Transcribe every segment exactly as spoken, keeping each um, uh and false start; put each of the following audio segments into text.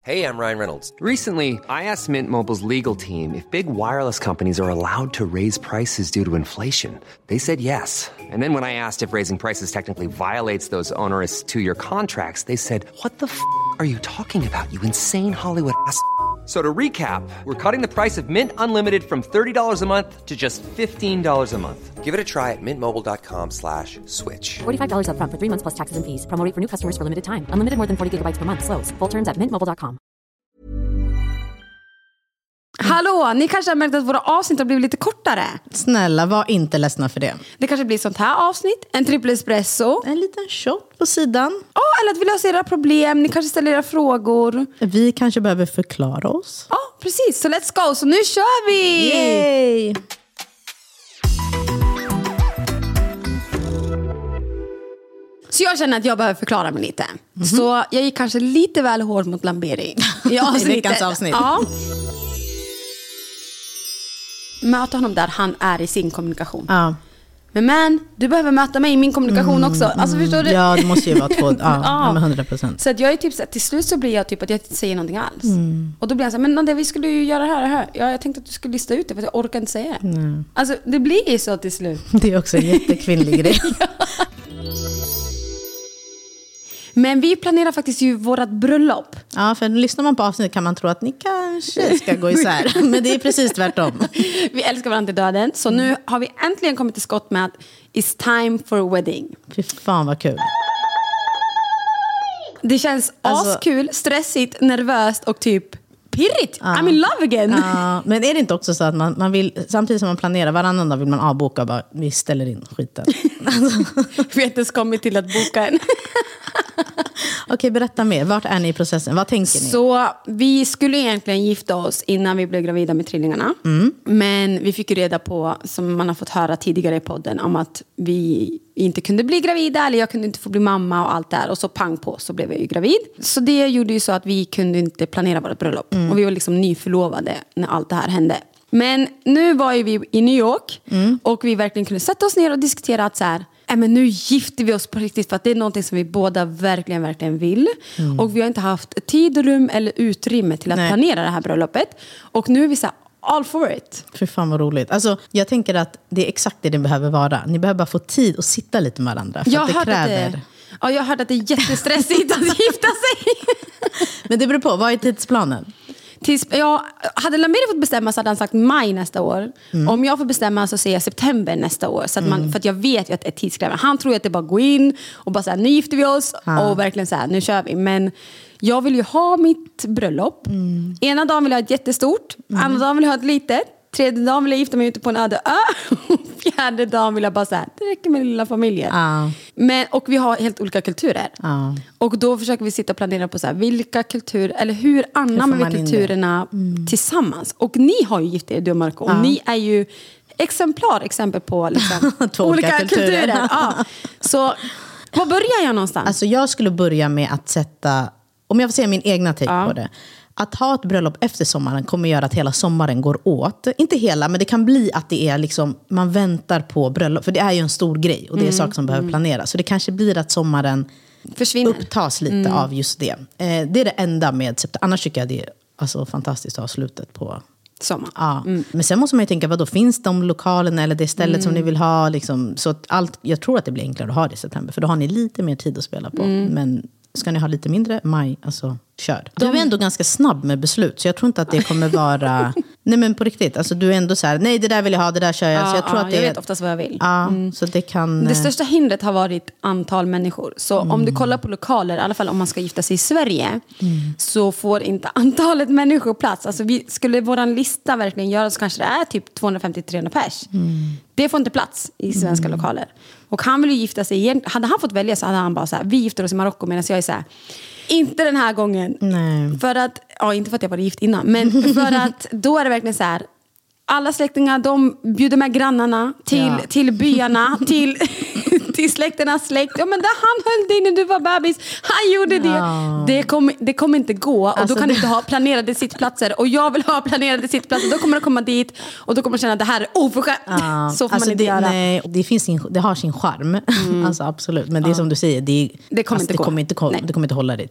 Hey, I'm Ryan Reynolds. Recently, I asked Mint Mobile's legal team if big wireless companies are allowed to raise prices due to inflation. They said yes. And then when I asked if raising prices technically violates those onerous two-year contracts, they said, "What the f*** are you talking about, you insane Hollywood ass?" So to recap, we're cutting the price of Mint Unlimited from thirty dollars a month to just fifteen dollars a month. Give it a try at mintmobile.com slash switch. forty-five dollars up front for three months plus taxes and fees. Promo rate for new customers for limited time. Unlimited more than forty gigabytes per month. Slows full terms at mint mobile dot com. Hallå, ni kanske har märkt att våra avsnitt har blivit lite kortare. Snälla, var inte ledsna för det. Det kanske blir sånt här avsnitt, en trippel espresso, en liten shot på sidan. Ja, oh, eller att vi löser era problem. Ni kanske ställer era frågor. Vi kanske behöver förklara oss. Ja, oh, precis. Så let's go, så nu kör vi! Yay! Så jag känner att jag behöver förklara mig lite. Mm-hmm. Så jag gick kanske lite väl hård mot Lamberi. Ja, i veckans avsnitt. Ja. Möta honom där han är i sin kommunikation. Ja. Men man, du behöver möta mig i min kommunikation mm, också. Alltså förstår du? Ja, det måste ju vara två. Ja, ja. Med hundra procent. Så att jag är typ så att till slut så blir jag typ att jag inte säger någonting alls. Mm. Och då blir jag så här, men det, vi skulle ju göra det här, det här. Ja, jag tänkte att du skulle lista ut det för jag orkar inte säga det. Mm. Alltså det blir ju så till slut. Det är också en jättekvinnlig grej. Ja. Men vi planerar faktiskt ju vårat bröllop. Ja, för lyssnar man på avsnitt kan man tro att ni kanske ska gå isär. Men det är precis tvärtom. Vi älskar varandra till döden. Så mm. nu har vi äntligen kommit till skott med att it's time for a wedding. Fy fan vad kul. Det känns alltså, askul, stressigt, nervöst och typ pirrigt. Ja. I'm in love again. Ja, men är det inte också så att man, man vill, samtidigt som man planerar varannan dag vill man avboka och bara, vi ställer in skiten. Alltså. Vi har inte ens kommit till att boka en. Okej, berätta mer. Vart är ni i processen? Vad tänker ni? Så vi skulle egentligen gifta oss innan vi blev gravida med trillingarna. Mm. Men vi fick ju reda på, som man har fått höra tidigare i podden, om att vi inte kunde bli gravida eller jag kunde inte få bli mamma och allt där. Och så pang på så blev jag ju gravid. Så det gjorde ju så att vi kunde inte planera vårt bröllop. Mm. Och vi var liksom nyförlovade när allt det här hände. Men nu var ju vi i New York mm. och vi verkligen kunde sätta oss ner och diskutera att så här, äh, men nu gifter vi oss på riktigt för att det är någonting som vi båda verkligen, verkligen vill. Mm. Och vi har inte haft tid, rum eller utrymme till att Nej. planera det här bröllopet. Och nu är vi så här, all for it. För fan vad roligt. Alltså, jag tänker att det är exakt det ni behöver vara. Ni behöver bara få tid att sitta lite med varandra. För jag att det kräver... Att det, ja, jag har hört att det är jättestressigt att gifta sig. Men det beror på, vad är tidsplanen? Tills, ja, hade Lamiri fått bestämma så hade han sagt maj nästa år. Mm. Om jag får bestämma så säger jag september nästa år. Så att man, mm. För att jag vet ju att det är tidskrävande. Han tror att det bara går in och bara så här, nu gifter vi oss. Ah. Och verkligen så här, nu kör vi. Men jag vill ju ha mitt bröllop. Mm. Ena dagen vill jag ha ett jättestort. Mm. Andra dagen vill jag ha ett litet. Tredje dagen vill jag gifta mig ute på en öde ö. Fjärde dagen vill jag bara så här, det räcker med lilla familjen. Ah. Men, och vi har helt olika kulturer. Ah. Och då försöker vi sitta och planera på så här, vilka kulturer, eller hur anammar vi kulturerna mm. tillsammans. Och ni har ju gift er, du och Marco. Ah. Och ni är ju exemplar, exempel på liksom, olika kulturer. kulturer. Ah. Så var börjar jag någonstans? Alltså jag skulle börja med att sätta, om jag får säga min egna take ah. på det. Att ha ett bröllop efter sommaren kommer göra att hela sommaren går åt. Inte hela, men det kan bli att det är liksom, man väntar på bröllop. För det är ju en stor grej och det är mm, saker som mm. behöver planeras. Så det kanske blir att sommaren försvinner. Upptas lite mm. av just det. Eh, det är det enda med september. Annars tycker jag det är alltså, fantastiskt att ha slutet på sommar. Ja. Mm. Men sen måste man ju tänka, vad då finns de lokalerna eller det stället mm. som ni vill ha? Liksom, så att allt, jag tror att det blir enklare att ha det i september. För då har ni lite mer tid att spela på. Mm. Men ska ni ha lite mindre? Maj, alltså kör. Du är ändå ganska snabb med beslut. Så jag tror inte att det kommer vara... nej men på riktigt. Alltså du är ändå så här, nej det där vill jag ha, det där kör jag. Ja, så jag tror ja, att det jag är... vet oftast vad jag vill. Ja, mm. så det kan... Det största hindret har varit antal människor. Så mm. om du kollar på lokaler, i alla fall om man ska gifta sig i Sverige, mm. så får inte antalet människor plats. Alltså vi, skulle våran lista verkligen göra så kanske det är typ tvåhundrafemtio till trehundra pers. Mm. Det får inte plats i svenska mm. lokaler. Och han vill ju gifta sig igen. Hade han fått välja så hade han bara så här, vi gifter oss i Marocko, medan jag är så här, inte den här gången. Nej. För att, ja inte för att jag var gift innan, men för att då är det verkligen så här, alla släktingar, de bjuder med grannarna till, ja. till byarna, till, till släkternas släkt. Ja, men där han höll dig när du var bebis, han gjorde det. Ja. Det kommer det kommer inte gå. Och alltså då kan det... du inte ha planerade sittplatser. Och jag vill ha planerade sittplatser. Då kommer de komma dit och då kommer de känna att det här är oförskämt. Ja. Så får alltså man inte det, göra. Nej, det, finns sin, det har sin charm. Mm. Alltså absolut. Men det är som du säger, det, det kommer, alltså, inte, det kommer, inte, det kommer inte hålla dig till. Nej.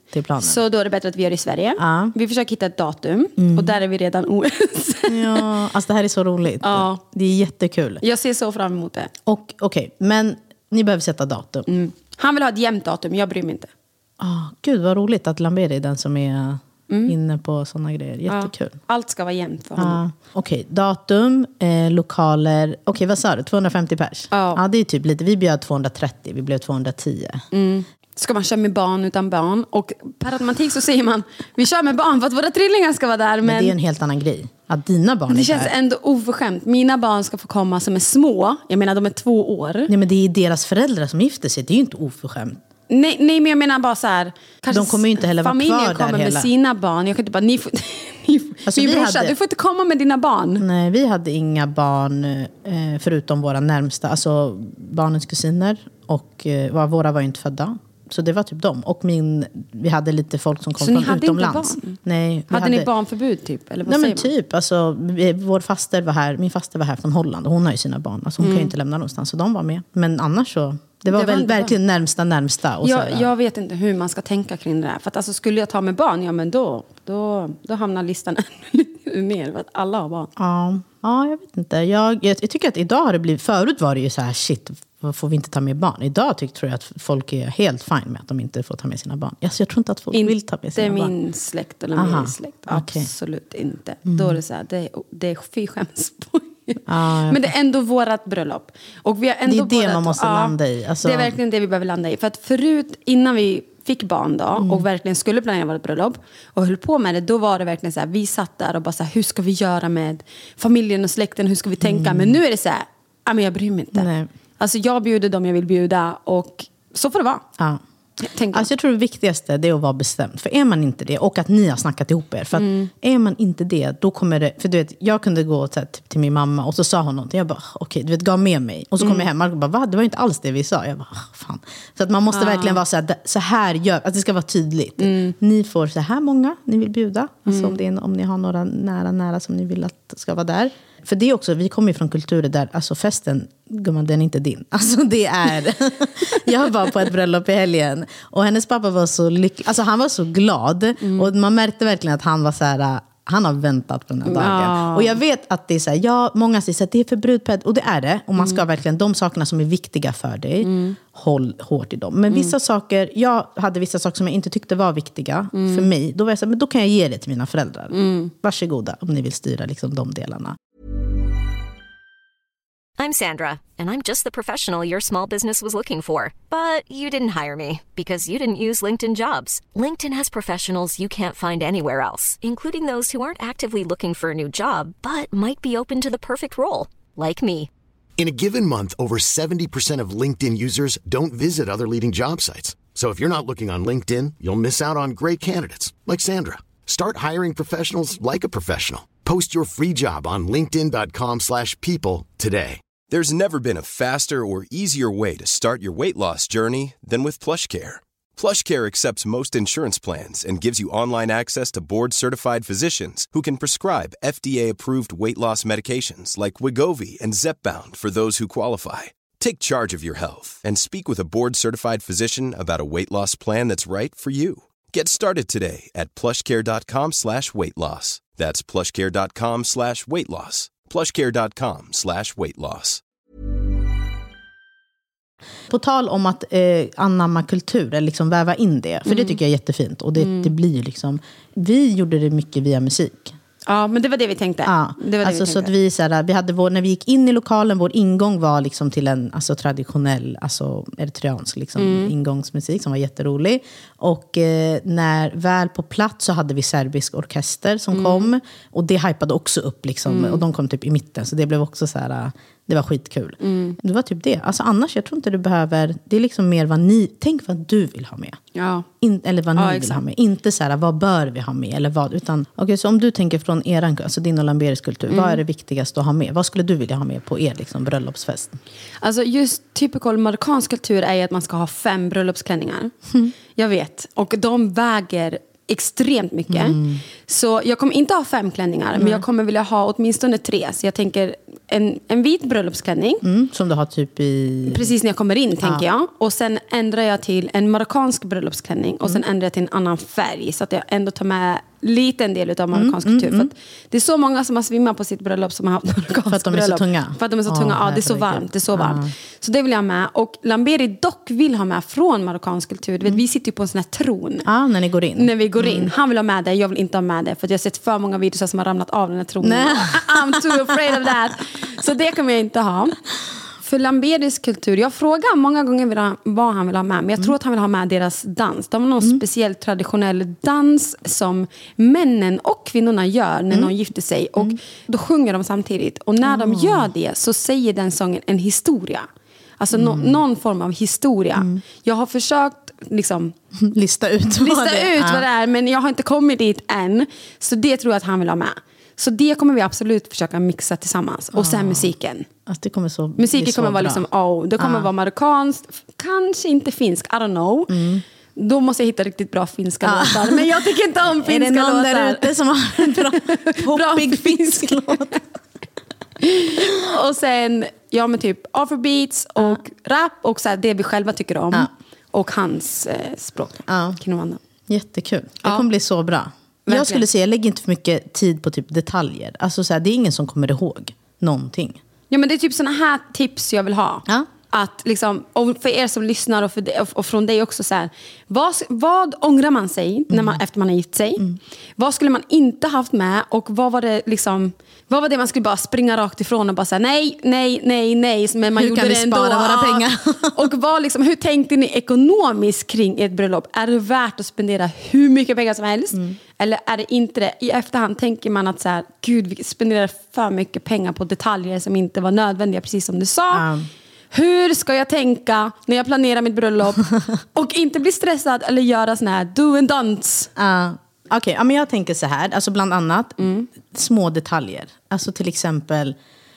till planen. Så då är det bättre att vi gör det i Sverige. Ja. Vi försöker hitta ett datum. Mm. Och där är vi redan oense. Ja, alltså det här är så roligt. Ja. Det är jättekul. Jag ser så fram emot det. Och okej, okay, men ni behöver sätta datum. Mm. Han vill ha ett jämnt datum, jag bryr mig inte. Oh, gud vad roligt att Lambert är den som är mm. inne på sådana grejer. Jättekul. Ja, allt ska vara jämnt för honom. Ja. Okej, okay, datum, eh, lokaler. Okej, okay, vad sa du? tvåhundrafemtio pers? Ja. Ja, det är typ lite. Vi bjöd tvåhundratrettio, vi blev tvåhundratio. Mm. Ska man köra med barn utan barn? Och per automatik så säger man, vi kör med barn för att våra trillingar ska vara där. Men, men det är en helt annan grej. Att dina barn det är känns där. ändå oförskämt. Mina barn ska få komma som är små. Jag menar, de är två år. Nej, men det är deras föräldrar som gifter sig. Det är ju inte oförskämt. Nej, nej, men jag menar bara så här. De kommer ju inte heller vara kvar där familjen kommer med hela. Sina barn. Jag kan inte bara, ni får, ni, Alltså, min vi brorsa, hade- du får inte komma med dina barn. Nej, vi hade inga barn eh, förutom våra närmsta. Alltså barnens kusiner. Och eh, våra var ju inte födda. Så det var typ dem. Och min, vi hade lite folk som kom Så ni från hade utomlands. inte barn? Nej, vi Hade, ni barnförbud typ? Eller vad Nej men säger man? typ, alltså, vi- vår faster var här, min faster var här från Holland och hon har ju sina barn. Alltså hon kan ju inte lämna någonstans, så de var med. Men annars så, det var, Det var väl inte bra. verkligen närmsta närmsta. Och Jag, sådär. jag vet inte hur man ska tänka kring det där. För att alltså, skulle jag ta med barn, ja men då, då, då hamnar listan ännu lite ner. För att alla har barn. Ja, ja, jag vet inte. Jag, jag, jag tycker att idag har det blivit, förut var det ju så här, shit, vad får vi inte ta med barn? Idag tycker, tror jag att folk är helt fine med att de inte får ta med sina barn. Alltså, jag tror inte att folk vill ta med sina Inte barn. min släkt eller Aha, min släkt. okej. Absolut inte. Då är det så här, det, det är fy skäms på. Ja, jag Men det är ändå vårat bröllop. Och vi har ändå Det är det båda- man måste landa i. Alltså- Det är verkligen det vi behöver landa i. För att förut, innan vi fick barn då, Mm. och verkligen skulle planera vårt bröllop och höll på med det, då var det verkligen så här, vi satt där och bara så här, hur ska vi göra med familjen och släkten, hur ska vi tänka? Men nu är det så här, ja men jag bryr mig inte. Mm. Nej. Alltså jag bjuder dem jag vill bjuda och så får det vara. Ja. Tänker jag. Alltså jag tror det viktigaste det är att vara bestämd. För är man inte det, och att ni har snackat ihop er. För att Mm. är man inte det, då kommer det... För du vet, jag kunde gå så här, typ, till min mamma och så sa hon någonting. Jag bara, okej, du vet, gav med mig. Och så kom Mm. jag hem och bara, va? Det var inte alls det vi sa. Jag bara, fan. Så att man måste verkligen vara så här, så här gör, att det ska vara tydligt. Mm. Ni får så här många ni vill bjuda. Alltså om, det är, om ni har några nära, nära som ni vill att ska vara där. För det är också, vi kommer ju från kulturer där, alltså festen, gumman, den är inte din. Alltså det är, jag var på ett bröllop i helgen och hennes pappa var så lycklig, alltså han var så glad. Mm. Och man märkte verkligen att han var så här, han har väntat på den här dagen. Ja. Och jag vet att det är så här, ja, många säger att det är för brudped, och det är det. Och man ska Mm. verkligen, de sakerna som är viktiga för dig, håll hårt i dem. Men Mm. vissa saker, jag hade vissa saker som jag inte tyckte var viktiga Mm. för mig. Då var jag så här, men då kan jag ge det till mina föräldrar. Varsågoda om ni vill styra liksom de delarna. I'm Sandra, and I'm just the professional your small business was looking for. But you didn't hire me because you didn't use LinkedIn Jobs. LinkedIn has professionals you can't find anywhere else, including those who aren't actively looking for a new job, but might be open to the perfect role, like me. In a given month, over seventy percent of LinkedIn users don't visit other leading job sites. So if you're not looking on LinkedIn, you'll miss out on great candidates like Sandra. Start hiring professionals like a professional. Post your free job on linkedin dot com slash people today. There's never been a faster or easier way to start your weight loss journey than with PlushCare. PlushCare accepts most insurance plans and gives you online access to board-certified physicians who can prescribe F D A-approved weight loss medications like Wegovy and Zepbound for those who qualify. Take charge of your health and speak with a board-certified physician about a weight loss plan that's right for you. Get started today at plushcare.com slash weight loss. That's plushcare.com slash weight loss. plushcare.com slash weight loss. På tal om att eh, anamma kultur, eller liksom väva in det. För det tycker jag är jättefint. Och det, det blir ju liksom, vi gjorde det mycket via musik. Ja, men det var det vi tänkte. Ja, Det var det alltså vi så att tänkte. vi, så här, vi hade vår, när vi gick in i lokalen, vår ingång var liksom till en alltså, traditionell, alltså eritreansk liksom, Mm. ingångsmusik som var jätterolig. Och eh, när väl på plats så hade vi serbisk orkester som Mm. kom. Och det hypade också upp liksom, och de kom typ i mitten. Så det blev också så här, det var skitkul. Mm. Det var typ det. Alltså annars, jag tror inte du behöver, det är liksom mer vad ni, tänk vad du vill ha med. Ja. In, eller vad ni Ja, vill exakt. ha med. Inte så här, vad bör vi ha med? Eller vad, utan, okay, så om du tänker från eran, alltså din och Lamberis kultur, Mm. vad är det viktigaste att ha med? Vad skulle du vilja ha med på er liksom, bröllopsfest? Alltså just typical marockansk kultur är ju att man ska ha fem bröllopsklänningar. Jag vet. Och de väger extremt mycket. Så jag kommer inte ha fem klänningar, men jag kommer vilja ha åtminstone tre. Så jag tänker en, en vit bröllopsklänning. Mm, som du har typ i... Precis när jag kommer in, tänker Ja. jag. Och sen ändrar jag till en marockansk bröllopsklänning. Och sen ändrar jag till en annan färg. Så att jag ändå tar med lite en del av marockansk Mm, kultur. mm, För att det är så många som har svimmat på sitt bröllop som har haft marockansk För att de är så bröllop. tunga? För att de är så Åh, tunga. Ja, nej, det är så för varmt. vilket. Det är så varmt. Ja. Så det vill jag ha med. Och Lamberi dock vill ha med från marockansk kultur. Du vet, vi sitter ju på en sån här tron. Ja, när ni går in. När vi går in. Han vill ha med det, jag vill inte ha med det. För att jag har sett för många videos som har ramlat av den här tronen. Nej. I'm too afraid of that. Så det kommer jag inte ha. För Lamberis kultur, jag frågar många gånger vad han vill ha med. Men jag tror att han vill ha med deras dans. De har någon mm. speciell traditionell dans som männen och kvinnorna gör när mm. någon gifter sig. Och mm. då sjunger de samtidigt. Och när mm. de gör det så säger den sången en historia. Alltså mm. no, någon form av historia. Mm. Jag har försökt liksom lista ut, vad, lista det ut vad det är. Men jag har inte kommit dit än. Så det tror jag att han vill ha med. Så det kommer vi absolut försöka mixa tillsammans. Och sen musiken. Alltså det kommer så, musiken det kommer så vara bra. liksom, oh, det kommer ah. vara marockanskt. Kanske inte finsk, I don't know. Mm. Då måste jag hitta riktigt bra finska ah. låtar. Men jag tycker inte om finska låtar. Är det någon där ute som har en bra poppig finsk låt? Och sen, ja men typ afrobeats och ah. rap. Och så här, det vi själva tycker om. Ah. Och hans eh, språk. Ah. Kinovanda. Jättekul. Det ah. kommer bli så bra. Verkligen. Jag skulle säga, jag lägger inte för mycket tid på typ detaljer. Alltså så här, det är ingen som kommer ihåg någonting. Ja, men det är typ såna här tips jag vill ha. Ja. Att liksom, och för er som lyssnar och, för det, och från dig också så här, vad, vad ångrar man sig mm. när man, efter man har gift sig? Mm. Vad skulle man inte haft med? Och vad var det liksom, vad var det man skulle bara springa rakt ifrån och bara säga nej, nej, nej, nej. Men man hur gjorde kan vi det ändå. spara våra pengar? Och vad liksom, hur tänkte ni ekonomiskt kring ett bröllop? Är det värt att spendera hur mycket pengar som helst? Mm. Eller är det inte det? I efterhand tänker man att så här, gud, vi spenderar för mycket pengar på detaljer som inte var nödvändiga, precis som du sa. Mm. Hur ska jag tänka när jag planerar mitt bröllop och inte bli stressad eller göra såna här do and don'ts? Uh, Okej, okay, ja, men jag tänker så här, alltså bland annat mm. små detaljer. Alltså till exempel,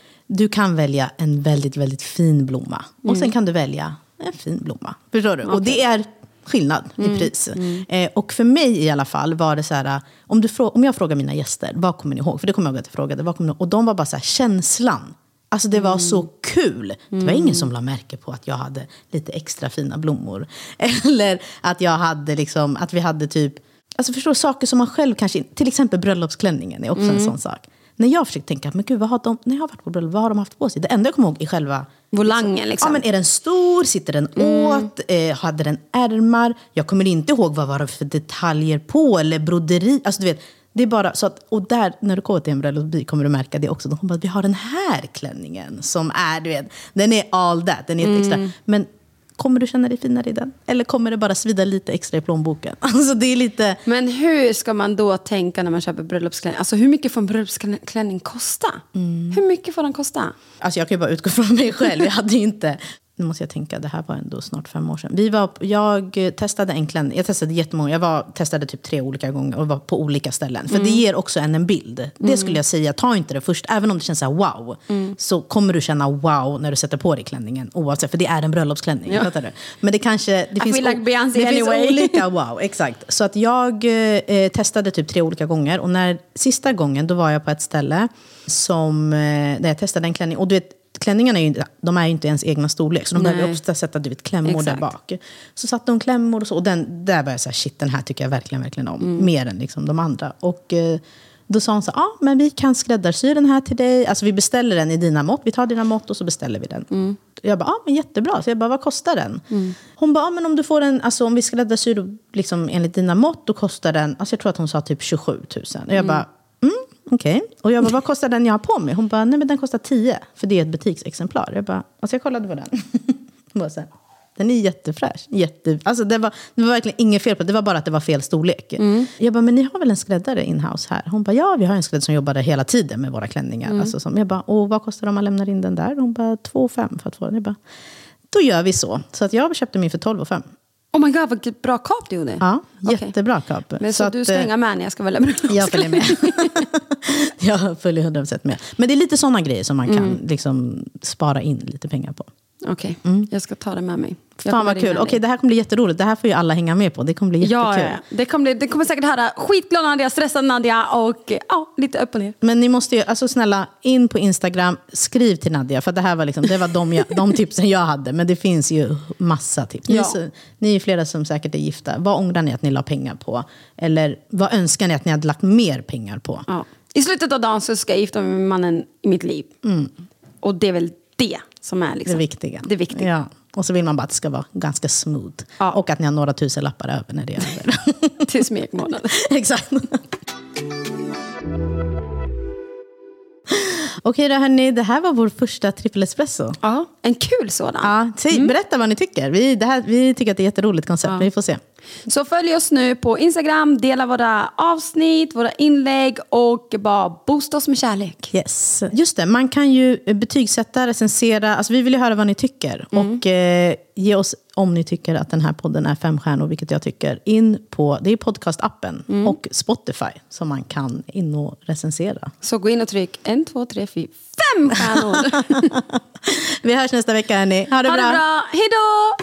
du kan välja en väldigt, väldigt fin blomma. Mm. Och sen kan du välja en fin blomma. Förstår du? Okay. Och det är skillnad mm. i pris. Mm. Eh, och för mig i alla fall var det så här, om, du frå- om jag frågar mina gäster, vad kommer ni ihåg? För det kommer jag ihåg att jag frågade, vad kommer ni ihåg? Och de var bara så här, känslan. Alltså det var mm. så kul. Det var mm. ingen som la märke på att jag hade lite extra fina blommor. Eller att jag hade liksom, att vi hade typ, alltså förstår, saker som man själv kanske, till exempel bröllopsklänningen är också mm. en sån sak. När jag försöker tänka, men gud, vad har de, när jag har varit på bröllop, vad har de haft på sig? Det enda jag kommer ihåg är själva volangen liksom. Ja, men är den stor? Sitter den mm. åt? Eh, hade den ärmar? Jag kommer inte ihåg vad var det för detaljer på, eller broderi. Alltså du vet, det är bara så att, och där, när du kommer till en bröllopsby kommer du märka det också. De kommer att vi har den här klänningen som är, du vet, den är all that, den är mm. extra. Men kommer du känna dig finare i den? Eller kommer det bara svida lite extra i plånboken? Alltså det är lite... Men hur ska man då tänka när man köper bröllopsklänning? Alltså hur mycket får en bröllopsklänning kosta? Mm. Hur mycket får den kosta? Alltså jag kan ju bara utgå från mig själv. Jag hade ju inte... Nu måste jag tänka, det här var ändå snart fem år sedan. Vi var, jag testade en klänning, jag testade jättemånga, jag var, testade typ tre olika gånger och var på olika ställen. För mm. det ger också en en bild. Mm. Det skulle jag säga, ta inte det först, även om det känns så här wow. Mm. Så kommer du känna wow när du sätter på dig klänningen, oavsett, för det är en bröllopsklänning. Ja. Fattar du? Men det kanske, det I finns, feel like Beyoncé det anyway. finns olika wow, exakt. Så att jag eh, testade typ tre olika gånger. Och när sista gången, då var jag på ett ställe som, eh, där jag testade en klänning. Och du vet, klänningarna är ju, de är ju inte ens egna storlek. Så de Nej. behöver ofta sätta du vet, klämmor Exakt. där bak. Så satt de klämmor och så. Och den, där var jag så här, shit, den här tycker jag verkligen, verkligen om. Mm. Mer än liksom de andra. Och eh, då sa hon så ja ah, men vi kan skräddarsy den här till dig. Alltså vi beställer den i dina mått. Vi tar dina mått och så beställer vi den. Mm. Jag bara, ja ah, men jättebra. Så jag bara, vad kostar den? Mm. Hon bara, ah, men om du får den, alltså om vi skräddarsyr liksom enligt dina mått, då kostar den, alltså jag tror att hon sa typ tjugosju tusen. Och jag mm. bara, mm. Okej. Okay. Och jag bara, vad kostar den jag har på mig? Hon bara, nej men den kostar tio. För det är ett butiksexemplar. Jag bara, alltså jag kollade på den. bara så här, den är jättefräsch. Jätte, alltså det var, det var verkligen inget fel på det. Det var bara att det var fel storlek. Mm. Jag bara, men ni har väl en skräddare in-house här? Hon bara, ja vi har en skräddare som jobbar hela tiden med våra klänningar. Mm. Alltså, som, jag bara, och vad kostar det om man lämnar in den där? Hon bara, två fem för att få den. Jag bara, då gör vi så. Så att jag köpte min för tolv och fem. Oh my god, vad bra kap du gjorde. Ja, jättebra okay. kap. Men så, så att, du ska hänga med när jag ska välja bröllop? Jag följer med. Jag följer hundra procent med. Men det är lite sådana grejer som man kan mm. liksom spara in lite pengar på. Okej, okay. mm. jag ska ta det med mig. Jag Fan vad kul. Okej, okay, det här kommer bli jätteroligt. Det här får ju alla hänga med på. Det kommer bli jättekul. Ja, ja. Det, kommer bli, det kommer säkert höra skitglad Nadia, stressad Nadia och ja, lite upp och ner. Men ni måste ju, alltså snälla, in på Instagram, skriv till Nadia. För det här var liksom, det var de, jag, de tipsen jag hade. Men det finns ju massa tips. Ni, ja. så, ni är flera som säkert är gifta. Vad ångrar ni att ni la pengar på? Eller vad önskar ni att ni hade lagt mer pengar på? Ja. I slutet av dagen så ska jag gifta mig med mannen i mitt liv. Mm. Och det är väl det som är liksom det viktiga. Det viktiga. Ja. Och så vill man bara att det ska vara ganska smooth. Ja. Och att ni har några tusen lappar över när det är över. Till smekmånaden. Exakt. Okej då hörni, det här var vår första trippel espresso. Ja, en kul sådan. Ja, säg, mm. Berätta vad ni tycker. Vi, det här, vi tycker att det är ett jätteroligt koncept, ja. Vi får se. Så följ oss nu på Instagram, dela våra avsnitt, våra inlägg och bara boosta oss med kärlek. Yes. Just det, man kan ju betygsätta, recensera. Alltså vi vill ju höra vad ni tycker. Mm. Och eh, ge oss, om ni tycker att den här podden är fem stjärnor, vilket jag tycker, in på, det är podcastappen mm. och Spotify som man kan in och recensera. Så gå in och tryck en, två, tre, fyra, fem stjärnor. Vi hörs nästa vecka hörni. Ha det ha bra. Ha det bra, hej då!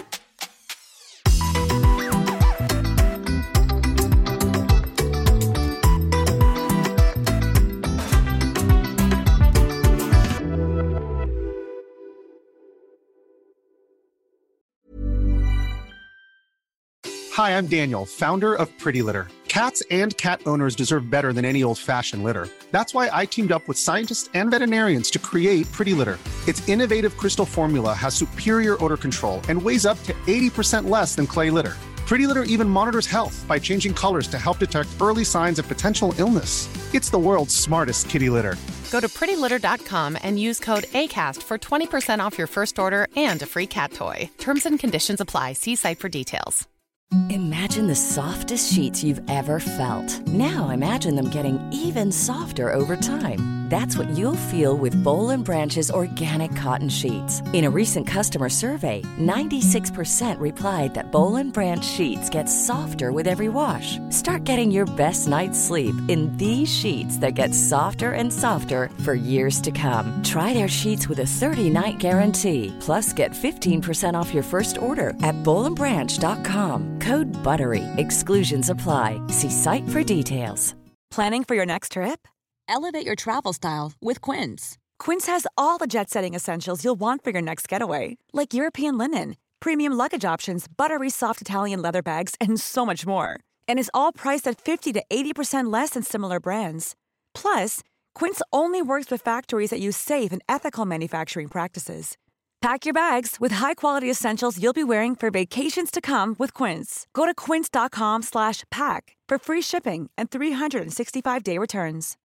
Hi, I'm Daniel, founder of Pretty Litter. Cats and cat owners deserve better than any old-fashioned litter. That's why I teamed up with scientists and veterinarians to create Pretty Litter. Its innovative crystal formula has superior odor control and weighs up to eighty percent less than clay litter. Pretty Litter even monitors health by changing colors to help detect early signs of potential illness. It's the world's smartest kitty litter. Go to pretty litter dot com and use code ACAST for twenty percent off your first order and a free cat toy. Terms and conditions apply. See site for details. Imagine the softest sheets you've ever felt. Now imagine them getting even softer over time. That's what you'll feel with Boll and Branch's organic cotton sheets. In a recent customer survey, ninety-six percent replied that Boll and Branch sheets get softer with every wash. Start getting your best night's sleep in these sheets that get softer and softer for years to come. Try their sheets with a thirty-night guarantee. Plus, get fifteen percent off your first order at boll and branch dot com. Code BUTTERY. Exclusions apply. See site for details. Planning for your next trip? Elevate your travel style with Quince. Quince has all the jet-setting essentials you'll want for your next getaway, like European linen, premium luggage options, buttery soft Italian leather bags, and so much more. And is all priced at fifty to eighty percent less than similar brands. Plus, Quince only works with factories that use safe and ethical manufacturing practices. Pack your bags with high-quality essentials you'll be wearing for vacations to come with Quince. Go to quince dot com slash pack for free shipping and three sixty-five day returns.